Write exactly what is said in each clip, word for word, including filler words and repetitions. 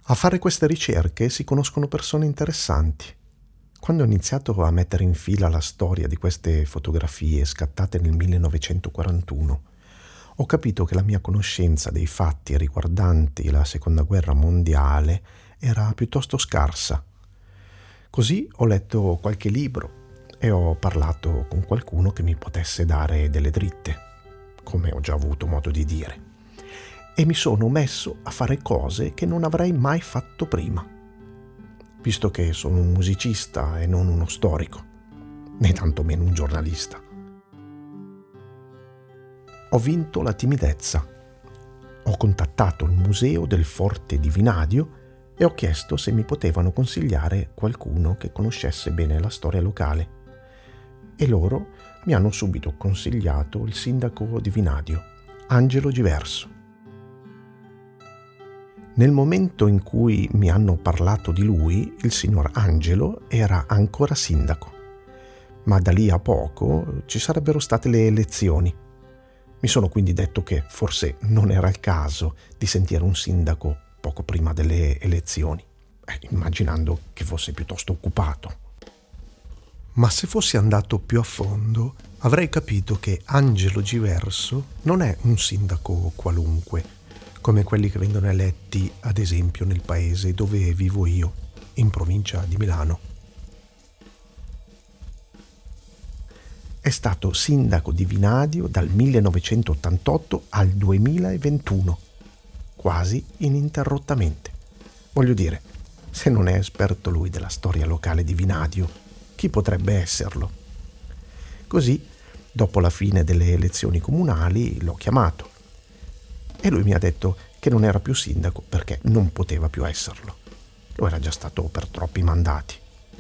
A fare queste ricerche si conoscono persone interessanti. Quando ho iniziato a mettere in fila la storia di queste fotografie scattate nel millenovecentoquarantuno, ho capito che la mia conoscenza dei fatti riguardanti la Seconda Guerra Mondiale era piuttosto scarsa. Così ho letto qualche libro e ho parlato con qualcuno che mi potesse dare delle dritte, come ho già avuto modo di dire. E mi sono messo a fare cose che non avrei mai fatto prima, visto che sono un musicista e non uno storico, né tantomeno un giornalista. Ho vinto la timidezza. Ho contattato il museo del Forte di Vinadio e ho chiesto se mi potevano consigliare qualcuno che conoscesse bene la storia locale. E loro mi hanno subito consigliato il sindaco di Vinadio, Angelo Giverso. Nel momento in cui mi hanno parlato di lui, il signor Angelo era ancora sindaco, ma da lì a poco ci sarebbero state le elezioni. Mi sono quindi detto che forse non era il caso di sentire un sindaco poco prima delle elezioni, eh, immaginando che fosse piuttosto occupato. Ma se fossi andato più a fondo, avrei capito che Angelo Giverso non è un sindaco qualunque, come quelli che vengono eletti, ad esempio, nel paese dove vivo io, in provincia di Milano. È stato sindaco di Vinadio dal millenovecentottantotto al duemilaventuno, quasi ininterrottamente. Voglio dire, se non è esperto lui della storia locale di Vinadio, chi potrebbe esserlo? Così, dopo la fine delle elezioni comunali, l'ho chiamato. E lui mi ha detto che non era più sindaco perché non poteva più esserlo. Lo era già stato per troppi mandati.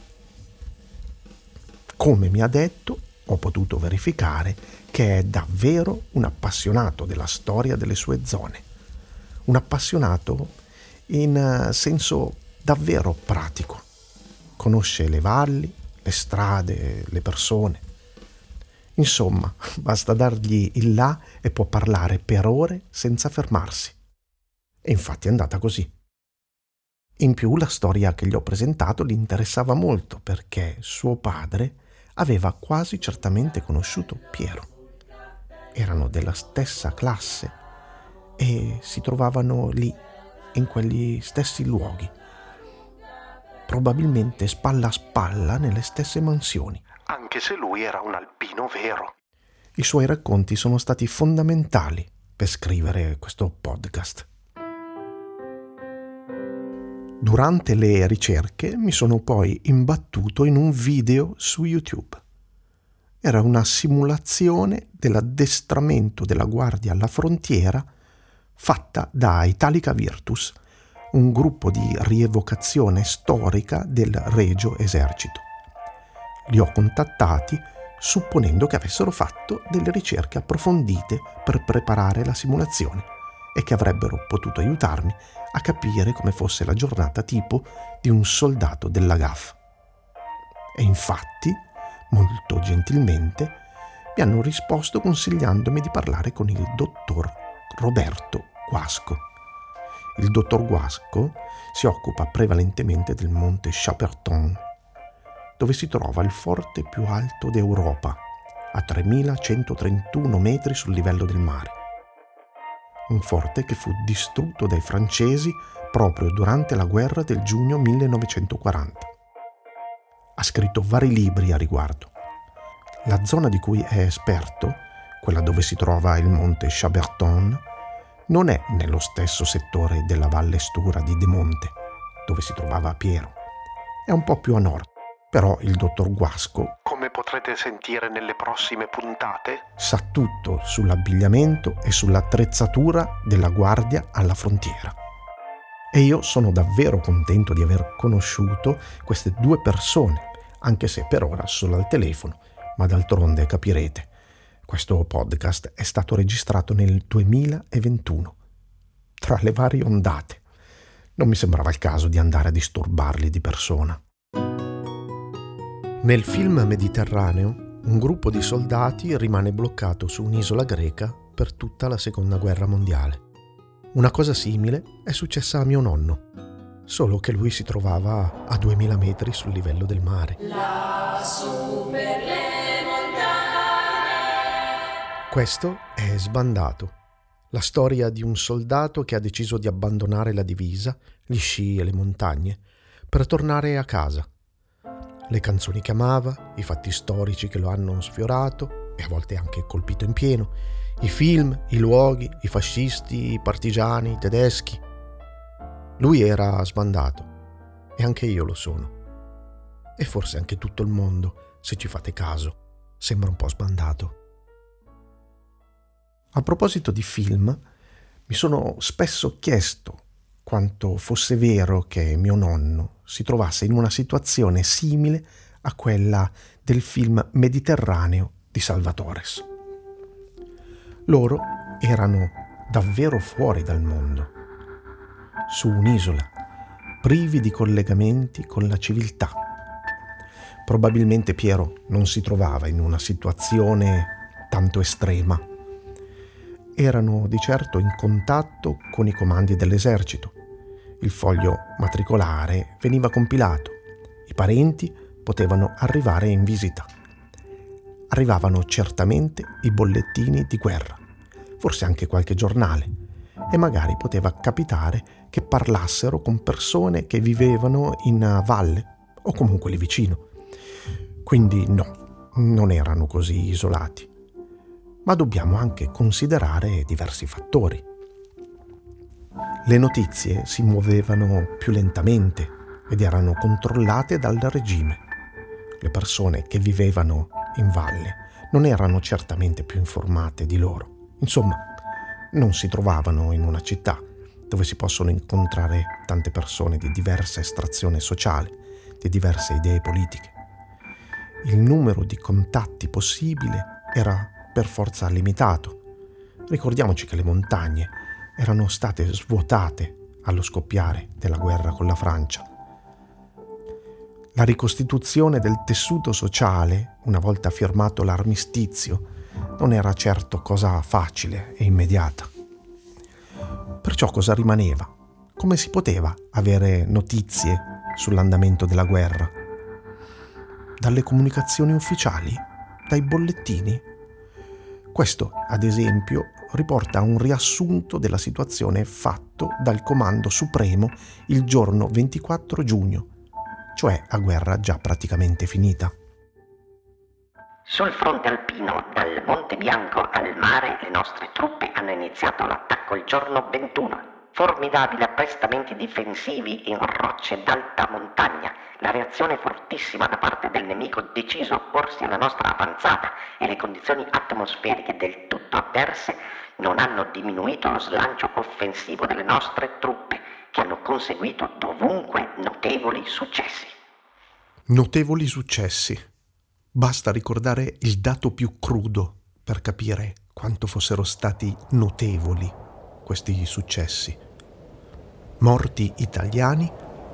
Come mi ha detto, ho potuto verificare che è davvero un appassionato della storia delle sue zone. Un appassionato in senso davvero pratico. Conosce le valli, le strade, le persone. Insomma, basta dargli il là e può parlare per ore senza fermarsi. E infatti è andata così. In più la storia che gli ho presentato gli interessava molto perché suo padre aveva quasi certamente conosciuto Piero. Erano della stessa classe e si trovavano lì, in quegli stessi luoghi. Probabilmente spalla a spalla nelle stesse mansioni. Anche se lui era un alpino vero. I suoi racconti sono stati fondamentali per scrivere questo podcast. Durante le ricerche mi sono poi imbattuto in un video su YouTube. Era una simulazione dell'addestramento della Guardia alla Frontiera fatta da Italica Virtus, un gruppo di rievocazione storica del Regio Esercito. Li ho contattati supponendo che avessero fatto delle ricerche approfondite per preparare la simulazione e che avrebbero potuto aiutarmi a capire come fosse la giornata tipo di un soldato della G A F. E infatti, molto gentilmente, mi hanno risposto consigliandomi di parlare con il dottor Roberto Guasco. Il dottor Guasco si occupa prevalentemente del monte Chaperton, dove si trova il forte più alto d'Europa, a tremilacentotrentuno metri sul livello del mare. Un forte che fu distrutto dai francesi proprio durante la guerra del giugno millenovecentoquaranta. Ha scritto vari libri a riguardo. La zona di cui è esperto, quella dove si trova il monte Chaperton, non è nello stesso settore della Valle Stura di Demonte, dove si trovava Piero. È un po' più a nord. Però il dottor Guasco, come potrete sentire nelle prossime puntate, sa tutto sull'abbigliamento e sull'attrezzatura della Guardia alla Frontiera. E io sono davvero contento di aver conosciuto queste due persone, anche se per ora solo al telefono, ma d'altronde capirete. Questo podcast è stato registrato nel duemilaventuno, tra le varie ondate. Non mi sembrava il caso di andare a disturbarli di persona. Nel film Mediterraneo, un gruppo di soldati rimane bloccato su un'isola greca per tutta la Seconda Guerra Mondiale. Una cosa simile è successa a mio nonno. solo che lui si trovava a duemila metri sul livello del mare. Lassù per le montagne. Questo è Sbandato, la storia di un soldato che ha deciso di abbandonare la divisa, gli sci e le montagne per tornare a casa. Le canzoni che amava, i fatti storici che lo hanno sfiorato e a volte anche colpito in pieno, i film, i luoghi, i fascisti, i partigiani, i tedeschi. Lui era sbandato e anche io lo sono. E forse anche tutto il mondo, se ci fate caso, sembra un po' sbandato. A proposito di film, mi sono spesso chiesto quanto fosse vero che mio nonno si trovasse in una situazione simile a quella del film Mediterraneo di Salvatores. Loro erano davvero fuori dal mondo, su un'isola, privi di collegamenti con la civiltà. Probabilmente Piero non si trovava in una situazione tanto estrema. Erano di certo in contatto con i comandi dell'esercito. Il foglio matricolare veniva compilato. I parenti potevano arrivare in visita. Arrivavano certamente i bollettini di guerra, forse anche qualche giornale, e magari poteva capitare che parlassero con persone che vivevano in valle o comunque lì vicino. Quindi no, non erano così isolati. Ma dobbiamo anche considerare diversi fattori. Le notizie si muovevano più lentamente ed erano controllate dal regime. Le persone che vivevano in valle non erano certamente più informate di loro. Insomma, non si trovavano in una città dove si possono incontrare tante persone di diversa estrazione sociale, di diverse idee politiche. Il numero di contatti possibile era per forza limitato. Ricordiamoci che le montagne erano state svuotate allo scoppiare della guerra con la Francia. La ricostituzione del tessuto sociale, una volta firmato l'armistizio, non era certo cosa facile e immediata. Perciò cosa rimaneva? Come si poteva avere notizie sull'andamento della guerra? Dalle comunicazioni ufficiali? Dai bollettini? Questo, ad esempio, riporta un riassunto della situazione fatto dal Comando Supremo il giorno ventiquattro giugno, cioè a guerra già praticamente finita. Sul fronte alpino, dal Monte Bianco al mare, le nostre truppe hanno iniziato l'attacco il giorno ventuno. Formidabili apprestamenti difensivi in rocce d'alta montagna, la reazione fortissima da parte del nemico deciso a opporsi alla nostra avanzata e le condizioni atmosferiche del tutto avverse non hanno diminuito lo slancio offensivo delle nostre truppe, che hanno conseguito dovunque notevoli successi. Notevoli successi. Basta ricordare il dato più crudo per capire quanto fossero stati notevoli questi successi. Morti italiani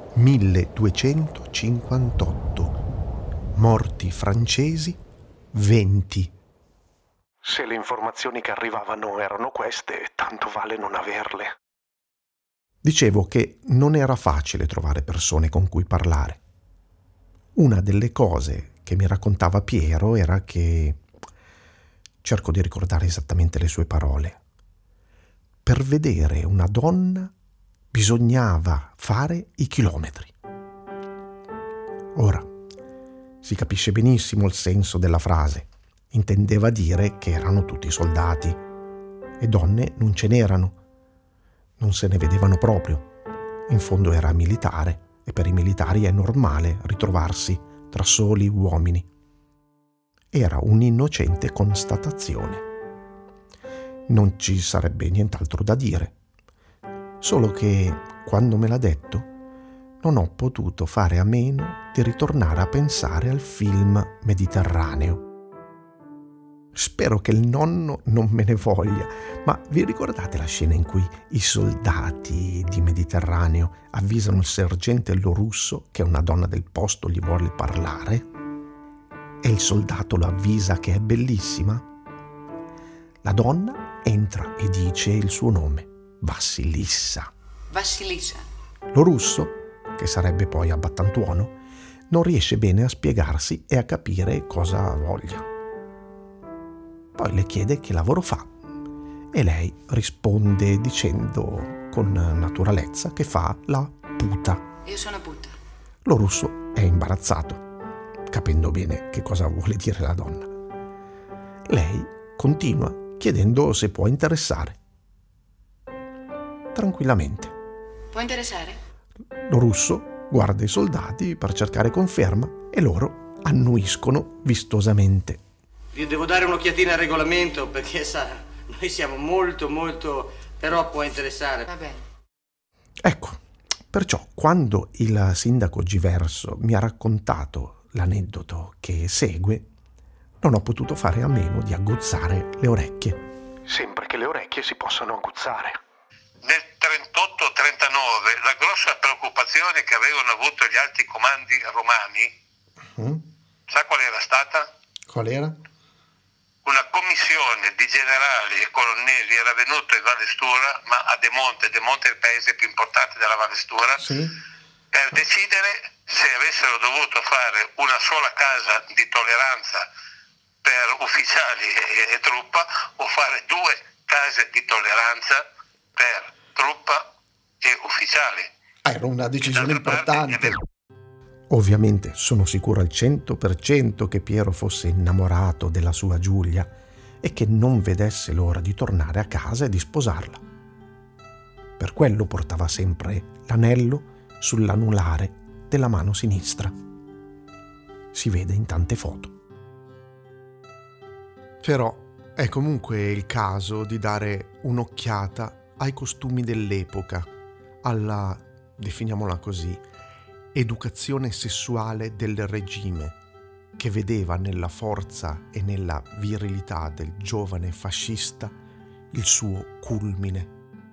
milleduecentocinquantotto, morti francesi venti. Se le informazioni che arrivavano erano queste, tanto vale non averle. Dicevo che non era facile trovare persone con cui parlare. Una delle cose che mi raccontava Piero era che, cerco di ricordare esattamente le sue parole, per vedere una donna bisognava fare i chilometri. Ora, si capisce benissimo il senso della frase. Intendeva dire che erano tutti soldati e donne non ce n'erano. Non se ne vedevano proprio. In fondo era militare e per i militari è normale ritrovarsi tra soli uomini. Era un'innocente constatazione. Non ci sarebbe nient'altro da dire. Solo che, quando me l'ha detto, non ho potuto fare a meno di ritornare a pensare al film Mediterraneo. Spero che il nonno non me ne voglia, ma vi ricordate la scena in cui i soldati di Mediterraneo avvisano il sergente Lorusso che una donna del posto gli vuole parlare? E il soldato lo avvisa che è bellissima? La donna entra e dice il suo nome. Vassilissa. Vassilissa. Lorusso che sarebbe poi abbattantuono, non riesce bene a spiegarsi e a capire cosa voglia. Poi le chiede che lavoro fa e lei risponde dicendo con naturalezza che fa la puta. Io sono puta. Lo russo è imbarazzato, capendo bene che cosa vuole dire la donna. Lei continua chiedendo se può interessare. Tranquillamente. Può interessare? Lo russo guarda i soldati per cercare conferma e loro annuiscono vistosamente. Io devo dare un'occhiatina al regolamento perché, sa, noi siamo molto, molto... però può interessare. Va bene. Ecco, perciò quando il sindaco Giverso mi ha raccontato l'aneddoto che segue, non ho potuto fare a meno di aguzzare le orecchie. Sempre che le orecchie si possano aguzzare. Nel trentotto trentanove la grossa preoccupazione che avevano avuto gli alti comandi romani, Mm? sa qual era stata? Qual era? Una commissione di generali e colonnelli era venuta in Valle Stura, ma a Demonte, Demonte è il paese più importante della Valle Stura, Sì. per decidere se avessero dovuto fare una sola casa di tolleranza per ufficiali e, e truppa o fare due case di tolleranza per truppa e ufficiali. Era una decisione D'altra parte, importante. è vero. Ovviamente sono sicuro al cento per cento che Piero fosse innamorato della sua Giulia e che non vedesse l'ora di tornare a casa e di sposarla. Per quello portava sempre l'anello sull'anulare della mano sinistra. Si vede in tante foto. Però è comunque il caso di dare un'occhiata ai costumi dell'epoca, alla, definiamola così, educazione sessuale del regime, che vedeva nella forza e nella virilità del giovane fascista il suo culmine.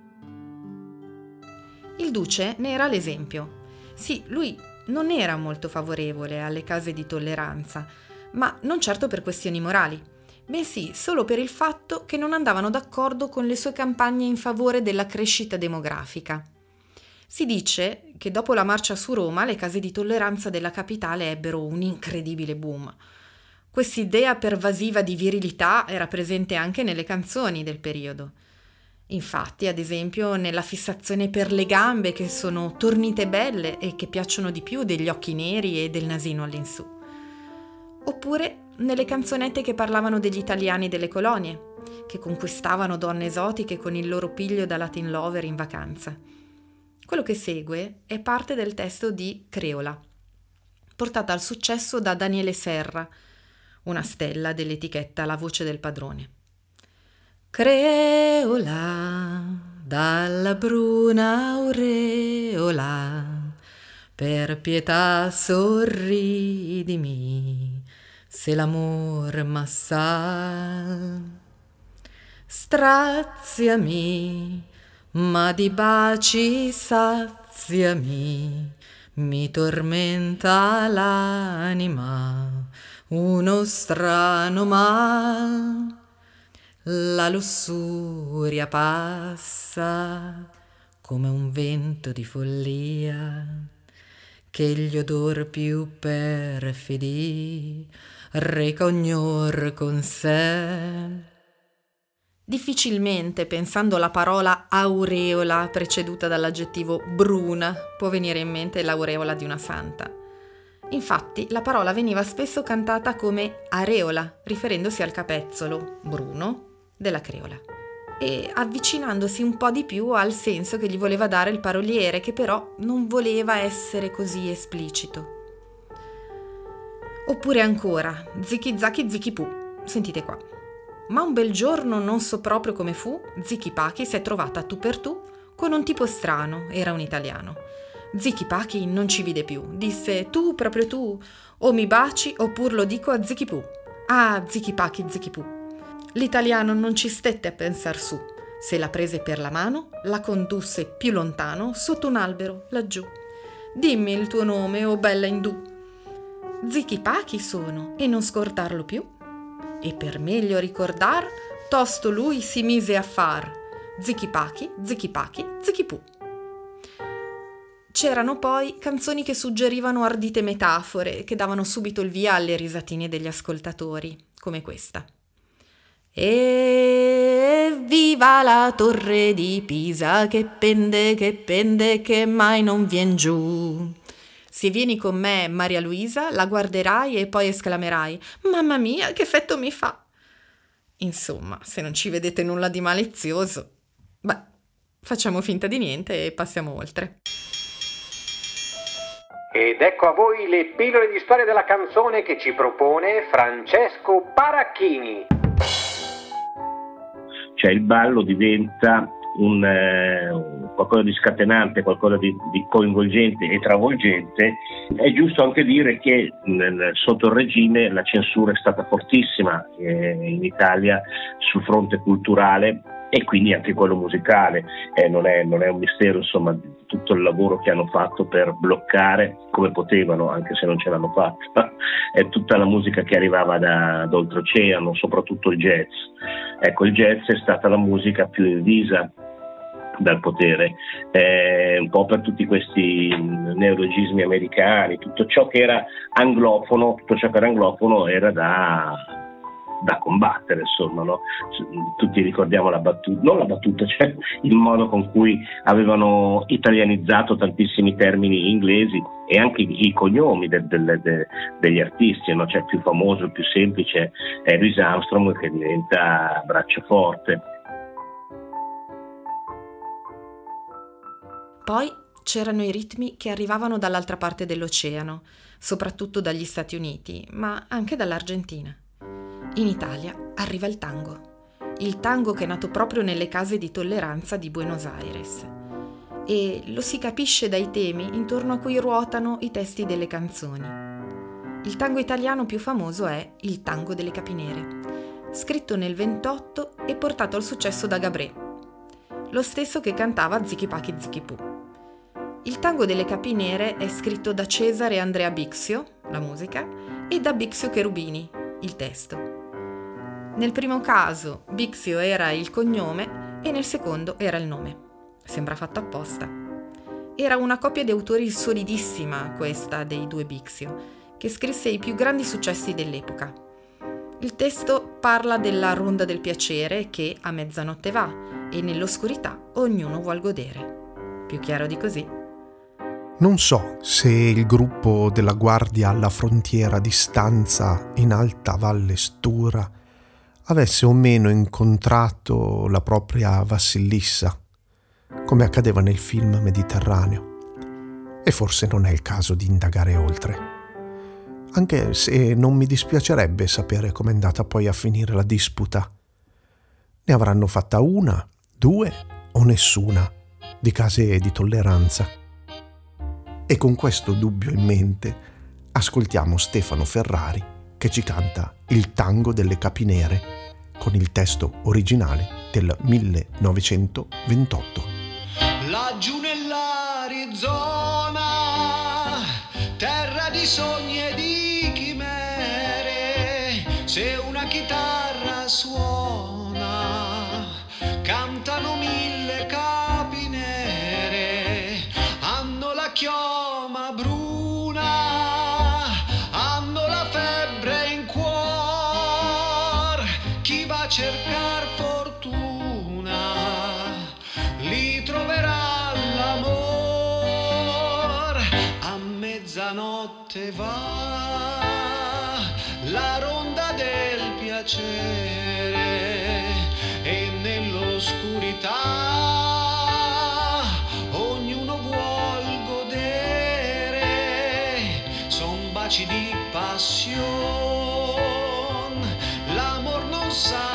Il duce ne era l'esempio. Sì, lui non era molto favorevole alle case di tolleranza, ma non certo per questioni morali, bensì solo per il fatto che non andavano d'accordo con le sue campagne in favore della crescita demografica. Si dice che dopo la marcia su Roma le case di tolleranza della capitale ebbero un incredibile boom. Quest'idea pervasiva di virilità era presente anche nelle canzoni del periodo. Infatti, ad esempio, nella fissazione per le gambe che sono tornite belle e che piacciono di più degli occhi neri e del nasino all'insù. Oppure nelle canzonette che parlavano degli italiani delle colonie, che conquistavano donne esotiche con il loro piglio da Latin lover in vacanza. Quello che segue è parte del testo di Creola, portata al successo da Daniele Serra, una stella dell'etichetta La Voce del Padrone. Creola, dalla bruna aureola, per pietà sorridimi, se l'amor m'assal. Straziami, ma di baci saziami, mi tormenta l'anima uno strano mal. La lussuria passa come un vento di follia, che gli odor più perfidi reca ognor con sé. Difficilmente, pensando alla parola aureola preceduta dall'aggettivo bruna, può venire in mente l'aureola di una santa. Infatti, la parola veniva spesso cantata come areola, riferendosi al capezzolo bruno della creola, e avvicinandosi un po' di più al senso che gli voleva dare il paroliere, che però non voleva essere così esplicito. Oppure ancora, zichi zacchi zichi pu, sentite qua. Ma un bel giorno, non so proprio come fu, Zichi Pachi si è trovata tu per tu con un tipo strano, era un italiano. Zichi Pachi non ci vide più, disse tu, proprio tu, o mi baci oppure lo dico a Zichi Pu. Ah, Zichi Pachi, Zichi Pu. L'italiano non ci stette a pensar su, se la prese per la mano, la condusse più lontano, sotto un albero, laggiù. Dimmi il tuo nome, o bella indù. Zichi Pachi sono, e non scordarlo più. E per meglio ricordar, tosto lui si mise a far Zichi Pachi, Zichi Pachi, Zichi Pu. C'erano poi canzoni che suggerivano ardite metafore, che davano subito il via alle risatine degli ascoltatori, come questa. E viva la torre di Pisa, che pende, che pende, che mai non vien giù. Se vieni con me, Maria Luisa, la guarderai e poi esclamerai: mamma mia, che effetto mi fa! Insomma, se non ci vedete nulla di malizioso, beh, facciamo finta di niente e passiamo oltre. Ed ecco a voi le pillole di storia della canzone che ci propone Francesco Paracchini. Cioè il ballo diventa un, eh, qualcosa di scatenante, qualcosa di, di coinvolgente e travolgente. È giusto anche dire che nel, sotto il regime la censura è stata fortissima eh, in Italia sul fronte culturale e quindi anche quello musicale. Eh, non è, non è un mistero, insomma, tutto il lavoro che hanno fatto per bloccare come potevano, anche se non ce l'hanno fatta, è tutta la musica che arrivava da, da oltreoceano, soprattutto il jazz. Ecco, il jazz è stata la musica più invisa dal potere, eh, un po' per tutti questi neologismi americani, tutto ciò che era anglofono, tutto ciò che era anglofono era da... da combattere, insomma, no? Tutti ricordiamo la battuta, non la battuta, cioè il modo con cui avevano italianizzato tantissimi termini inglesi e anche i cognomi de, de, de, degli artisti, no? Cioè, il più famoso, il più semplice è Louis Armstrong, che diventa braccio forte. Poi c'erano i ritmi che arrivavano dall'altra parte dell'oceano, soprattutto dagli Stati Uniti, ma anche dall'Argentina. In Italia arriva il tango, il tango che è nato proprio nelle case di tolleranza di Buenos Aires. E lo si capisce dai temi intorno a cui ruotano i testi delle canzoni. Il tango italiano più famoso è il Tango delle Capinere, scritto nel ventotto e portato al successo da Gabré, lo stesso che cantava Zichi Pachi Zichi Pù. Il Tango delle Capinere è scritto da Cesare Andrea Bixio, la musica, e da Bixio Cherubini, il testo. Nel primo caso Bixio era il cognome e nel secondo era il nome. Sembra fatto apposta. Era una coppia di autori solidissima, questa dei due Bixio, che scrisse i più grandi successi dell'epoca. Il testo parla della ronda del piacere che a mezzanotte va e nell'oscurità ognuno vuol godere. Più chiaro di così? Non so se il gruppo della Guardia alla Frontiera di Stanza in Alta Valle Stura avesse o meno incontrato la propria Vassillissa, come accadeva nel film Mediterraneo. E forse non è il caso di indagare oltre, anche se non mi dispiacerebbe sapere com'è andata poi a finire la disputa. Ne avranno fatta una, due o nessuna di case di tolleranza. E con questo dubbio in mente ascoltiamo Stefano Ferrari che ci canta Il Tango delle Capinere con il testo originale del millenovecentoventotto. Laggiù nell'Arizona, terra di sogni e di chimere, se una chitarra suona, cantano mille capi nere, hanno la chioma bruna, hanno la febbre in cuor, chi va a cercar fortuna li troverà l'amor. A mezzanotte va la ronda del piacere e nell'oscurità ognuno vuol godere, son baci di passion, l'amor non sa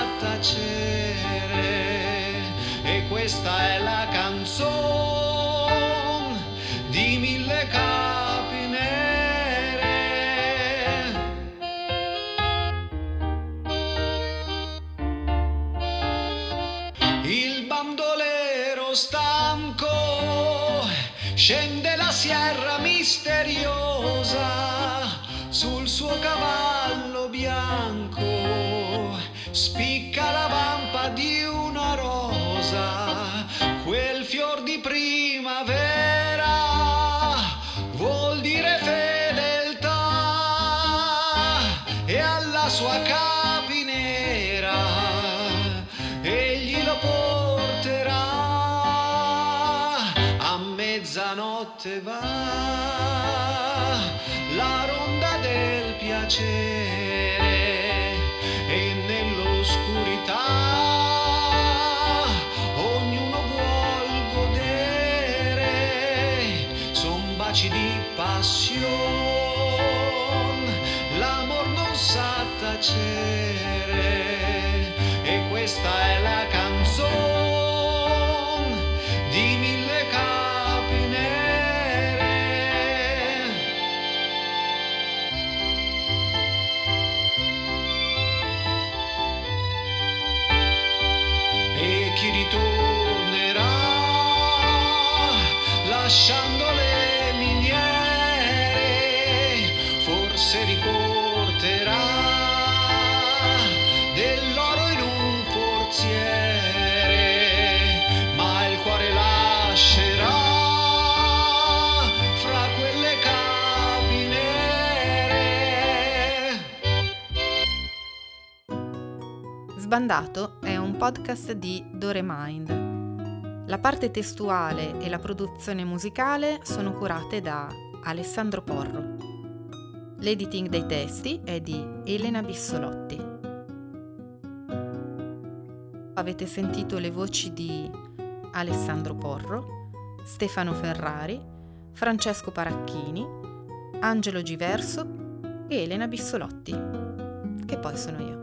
tacere, e questa è la canzone di mille capi nere. Il bandolero stanco scende la sierra misteriosa sul suo cavallo bianco, spicca la vampa di una rosa, quel fior di primavera sua capinera, egli lo porterà, a mezzanotte va la ronda del piacere e nell'oscurità ognuno vuol godere, son baci di passione, l'amor non sa tacere, e questa è la canzone di mille capi nere. E chi ritornerà lasciando le miniere, forse riporterà dell'oro in un forziere, ma il cuore lascerà fra quelle capi nere. Sbandato è un podcast di Doremind. La parte testuale e la produzione musicale sono curate da Alessandro Porro. L'editing dei testi è di Elena Bissolotti. Avete sentito le voci di Alessandro Porro, Stefano Ferrari, Francesco Paracchini, Angelo Giverso e Elena Bissolotti, che poi sono io.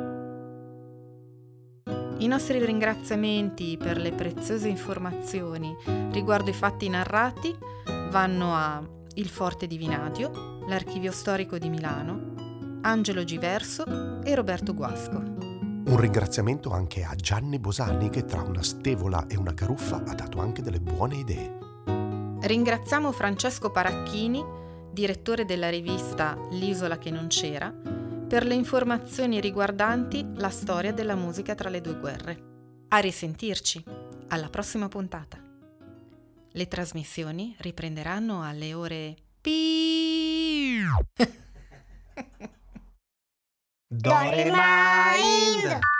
I nostri ringraziamenti per le preziose informazioni riguardo i fatti narrati vanno a Il Forte di Vinadio, l'Archivio Storico di Milano, Angelo Giverso e Roberto Guasco. Un ringraziamento anche a Gianni Bosani, che tra una stevola e una caruffa ha dato anche delle buone idee. Ringraziamo Francesco Paracchini, direttore della rivista L'isola che non c'era, per le informazioni riguardanti la storia della musica tra le due guerre. A risentirci, alla prossima puntata. Le trasmissioni riprenderanno alle ore Doremind.